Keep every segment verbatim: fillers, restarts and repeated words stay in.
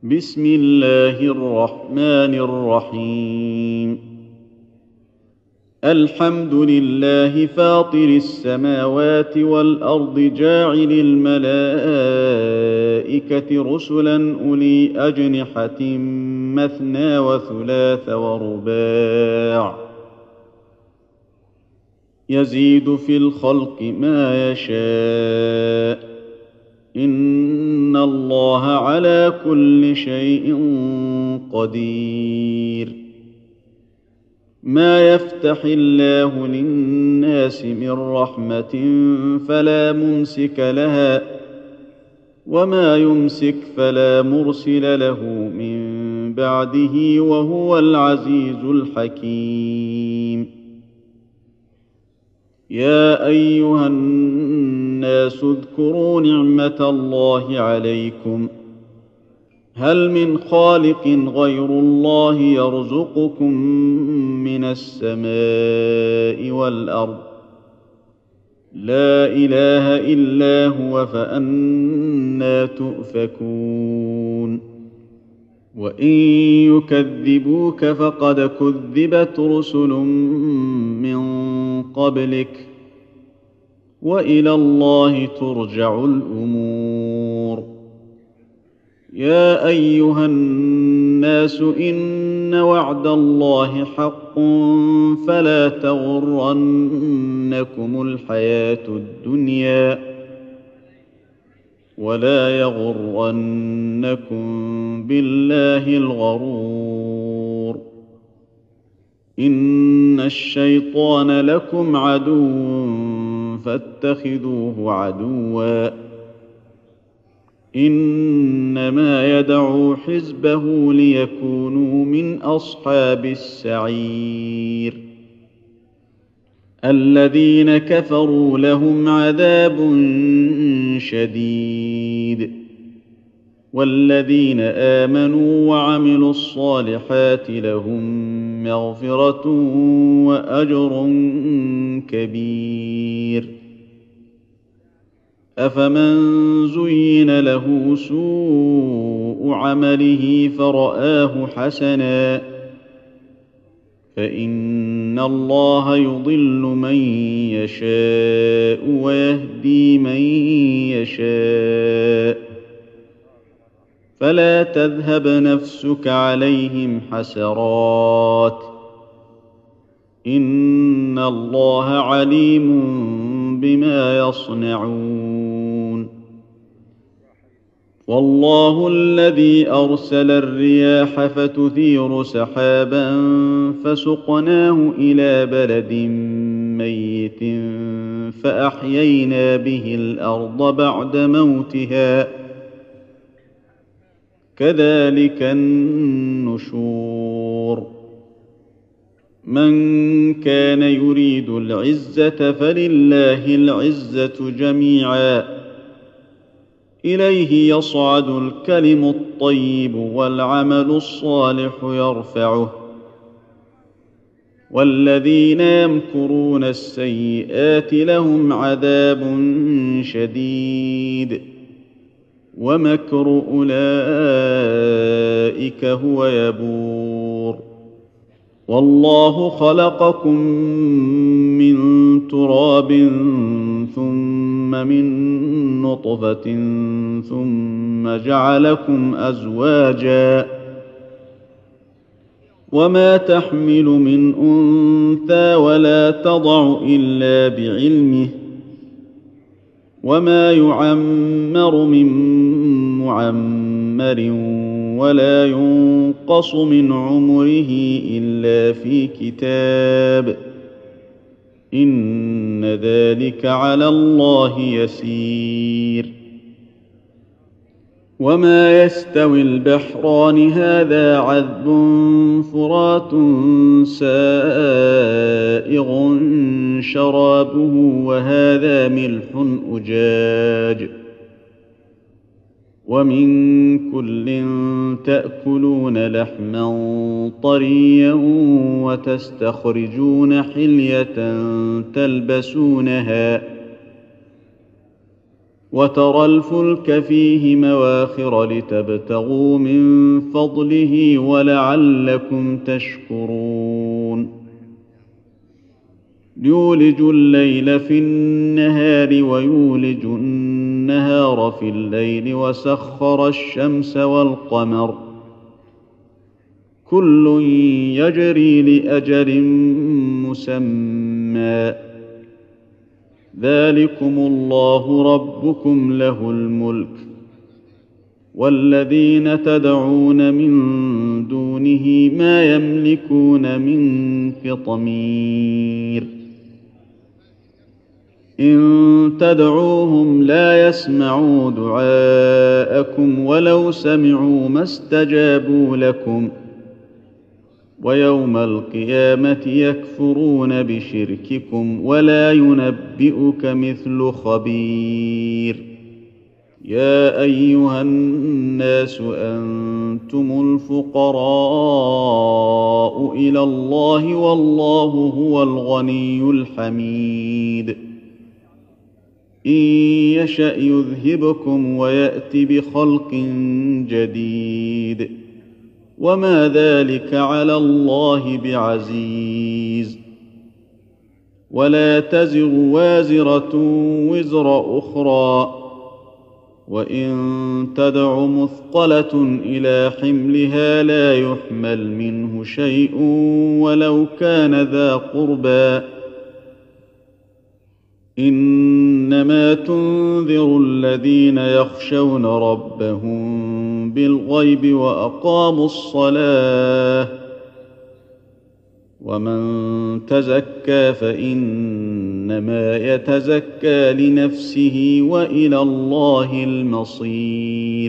بسم الله الرحمن الرحيم. الحمد لله فاطر السماوات والأرض جاعل الملائكة رسلا أولي أجنحة مثنى وثلاث ورباع يزيد في الخلق ما يشاء إن الله على كل شيء قدير. ما يفتح الله للناس من رحمة فلا ممسك لها وما يمسك فلا مرسل له من بعده وهو العزيز الحكيم. يا أيها الناس اذكروا نعمة الله عليكم هل من خالق غير الله يرزقكم من السماء والأرض لا إله إلا هو فأنى تؤفكون. وإن يكذبوك فقد كذبت رسل من قبلك وإلى الله ترجع الأمور. يا أيها الناس إن وعد الله حق فلا تغرنكم الحياة الدنيا ولا يغرنكم بالله الغرور. إن الشيطان لكم عدو فاتخذوه عدوا إنما يدعو حزبه ليكونوا من أصحاب السعير. الذين كفروا لهم عذاب شديد والذين آمنوا وعملوا الصالحات لهم مغفرة وأجر كبير. أفمن زين له سوء عمله فرآه حسنا فإن الله يضل من يشاء ويهدي من يشاء فلا تذهب نفسك عليهم حسرات إن الله عليم بما يصنعون. والله الذي أرسل الرياح فتثير سحابا فسقناه إلى بلد ميت فأحيينا به الأرض بعد موتها كذلك النشور. من كان يريد العزة فلله العزة جميعا إليه يصعد الكلم الطيب والعمل الصالح يرفعه والذين يمكرون السيئات لهم عذاب شديد ومكر أولئك هو يبور. والله خلقكم من تراب ثم من نطفة ثم جعلكم أزواجا وما تحمل من أنثى ولا تضع إلا بعلمه وما يعمر من معمر ولا ينقص من عمره إلا في كتاب إن ذلك على الله يسير. وما يستوي البحران هذا عذب فرات سائغ شرابه وهذا ملح أجاج ومن كل تأكلون لحما طريا وتستخرجون حلية تلبسونها وترى الفلك فيه مواخر لتبتغوا من فضله ولعلكم تشكرون يولج الليل في النهار ويولج النهار في الليل وسخر الشمس والقمر كل يجري لأجل مسمى ذلكم الله ربكم له الملك والذين تدعون من دونه ما يملكون من قطمير إن تدعوهم لا يسمعوا دعاءكم ولو سمعوا ما استجابوا لكم ويوم القيامة يكفرون بشرككم ولا ينبئك مثل خبير يا أيها الناس أنتم الفقراء إلى الله والله هو الغني الحميد إن يشأ يذهبكم ويأت بخلق جديد وما ذلك على الله بعزيز ولا تزر وازرة وزر أخرى وإن تدع مثقلة إلى حملها لا يحمل منه شيء ولو كان ذا قربى إنما تنذر الذين يخشون ربهم بالغيب وأقاموا الصلاة ومن تزكى فإنما يتزكى لنفسه وإلى الله المصير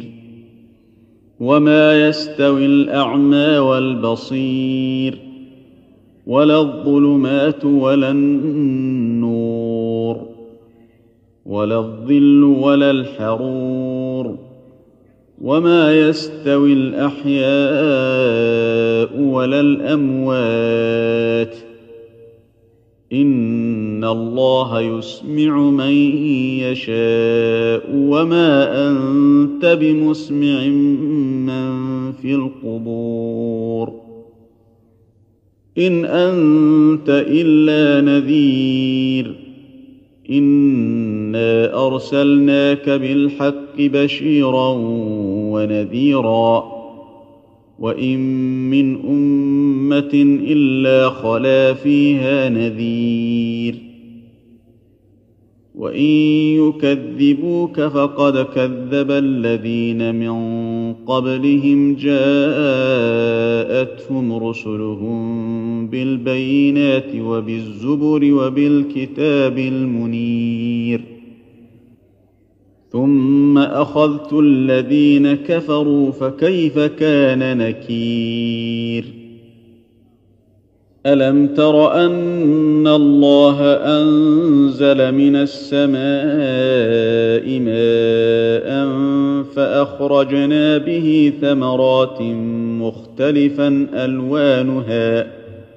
وما يستوي الأعمى والبصير ولا الظلمات ولا النور ولا الظل ولا الحرور وما يستوي الأحياء ولا الأموات إن الله يسمع من يشاء وما أنت بمسمع من في القبور إن أنت إلا نذير إنا أرسلناك بالحق بشيرا ونذيرا وإن من أمة إلا خلا فيها نذير وإن يكذبوك فقد كذب الذين من قبلهم جاءتهم رسلهم بالبينات وبالزبر وبالكتاب المنير ثم أخذت الذين كفروا فكيف كان نكير ألم تر أن الله أنزل من السماء ماء فأخرجنا به ثمرات مختلفا ألوانها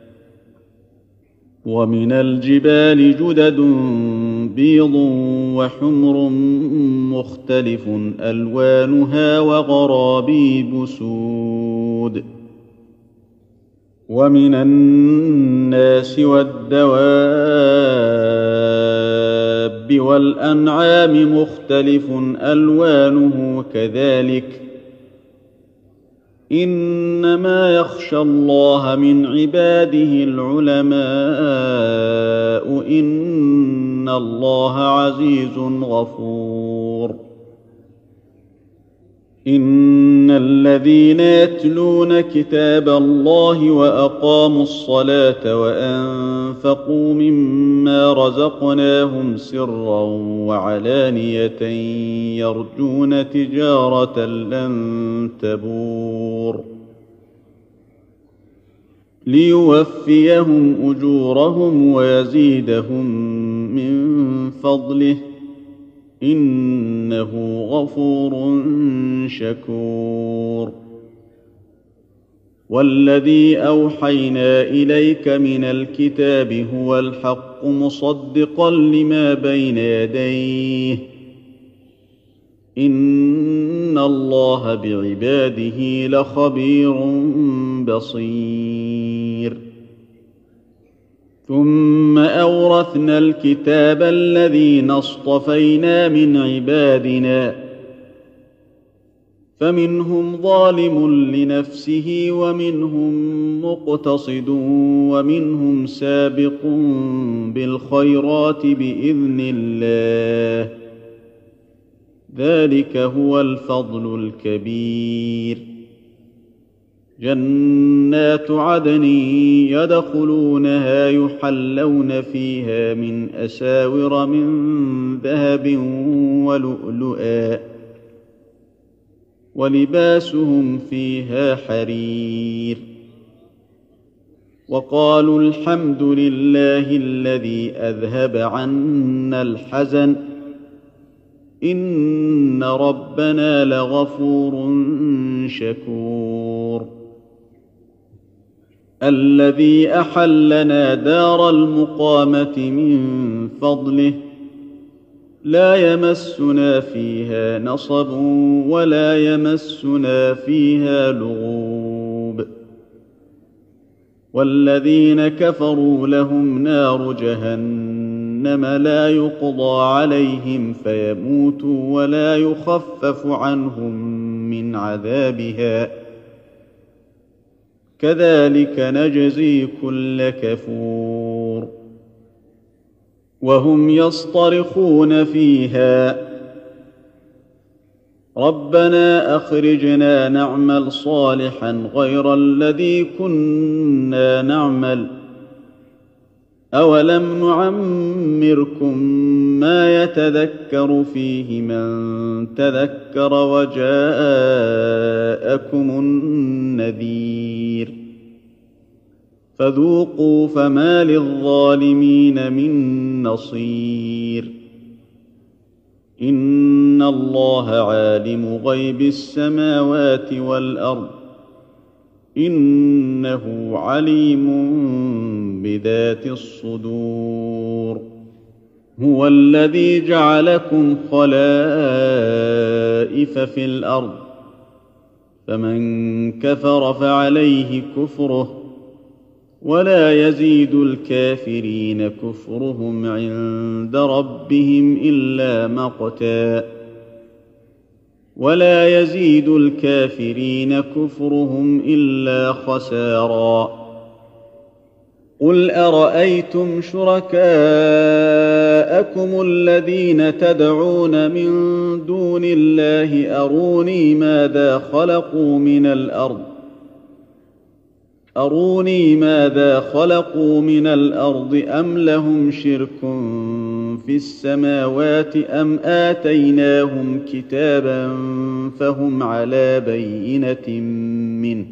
ومن الجبال جدد بيض وحمر مختلف ألوانها وغرابيب سود ومن الناس والدواب والأنعام مختلف ألوانه كذلك إنما يخشى الله من عباده العلماء إن الله عزيز غفور إن الذين يتلون كتاب الله وأقاموا الصلاة وأنفقوا مما رزقناهم سرا وعلانية يرجون تجارة لن تبور ليوفيهم أجورهم ويزيدهم من فضله إنه غفور شكور والذي أوحينا إليك من الكتاب هو الحق مصدقا لما بين يديه إن الله بعباده لخبير بصير. ثم أورثنا الكتاب الذين اصطفينا من عبادنا فمنهم ظالم لنفسه ومنهم مقتصد ومنهم سابق بالخيرات بإذن الله، ذلك هو الفضل الكبير. جنات عدن يدخلونها يحلون فيها من أساور من ذهب ولؤلؤا ولباسهم فيها حرير. وقالوا الحمد لله الذي أذهب عنا الحزن إن ربنا لغفور شكور. الذي أحلنا دار المقامة من فضله لا يمسنا فيها نصب ولا يمسنا فيها لغوب. والذين كفروا لهم نار جهنم لا يقضى عليهم فيموتوا ولا يخفف عنهم من عذابها، كذلك نجزي كل كفور. وهم يصطرخون فيها ربنا أخرجنا نعمل صالحا غير الذي كنا نعمل أولم نعمركم ما يتذكر فيه من تذكر وجاءكم النذير فذوقوا فما للظالمين من نصير. إن الله عالم غيب السماوات والأرض إنه عليم بذات الصدور. هو الذي جعلكم خلائف في الأرض فمن كفر فعليه كفره ولا يزيد الكافرين كفرهم عند ربهم إلا مقتا ولا يزيد الكافرين كفرهم إلا خسارا. قل أرأيتم شركاءكم الذين تدعون من دون الله أروني ماذا خلقوا من الأرض أروني ماذا خلقوا من الأرض أم لهم شرك في السماوات أم آتيناهم كتابا فهم على بينة منه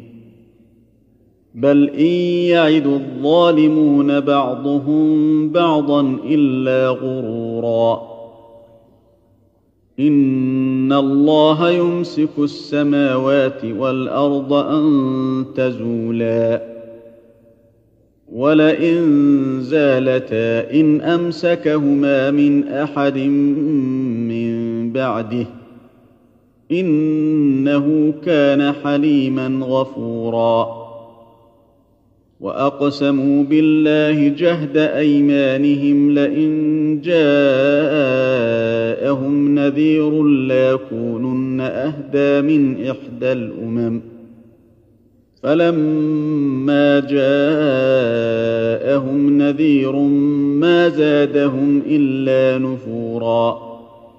بل إن يعد الظالمون بعضهم بعضا إلا غرورا. إن الله يمسك السماوات والأرض أن تزولا ولئن زالتا إن أمسكهما من أحد من بعده إنه كان حليما غفورا. وأقسموا بالله جهد أيمانهم لئن جاءهم نذير ليكونن أهدى من إحدى الأمم فلما جاءهم نذير ما زادهم إلا نفورا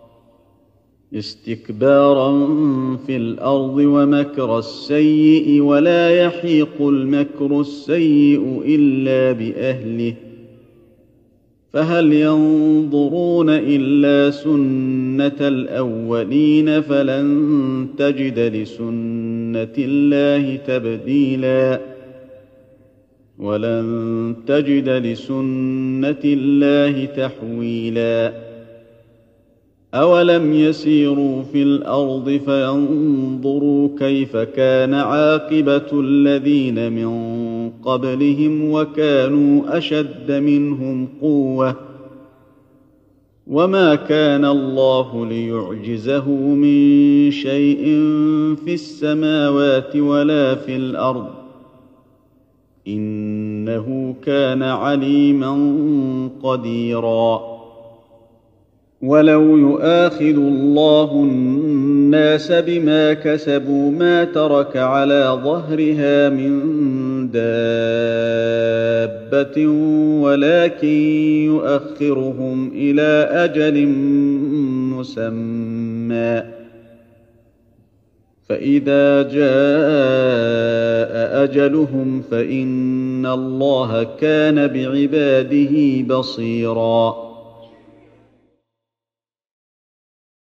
استكبارا في الأرض ومكر السيء ولا يحيق المكر السيء إلا بأهله فهل ينظرون إلا سنة الأولين فلن تجد لسنة الله تبديلا ولن تجد لسنة الله تحويلا. أولم يسيروا في الأرض فينظروا كيف كان عاقبة الذين من قبلهم وكانوا أشد منهم قوة وما كان الله ليعجزه من شيء في السماوات ولا في الأرض إنه كان عليما قديرا ولو يؤاخذ الله الناس بما كسبوا ما ترك على ظهرها من دابة ولكن يؤخرهم إلى أجل مسمى فإذا جاء أجلهم فإن الله كان بعباده بصيراً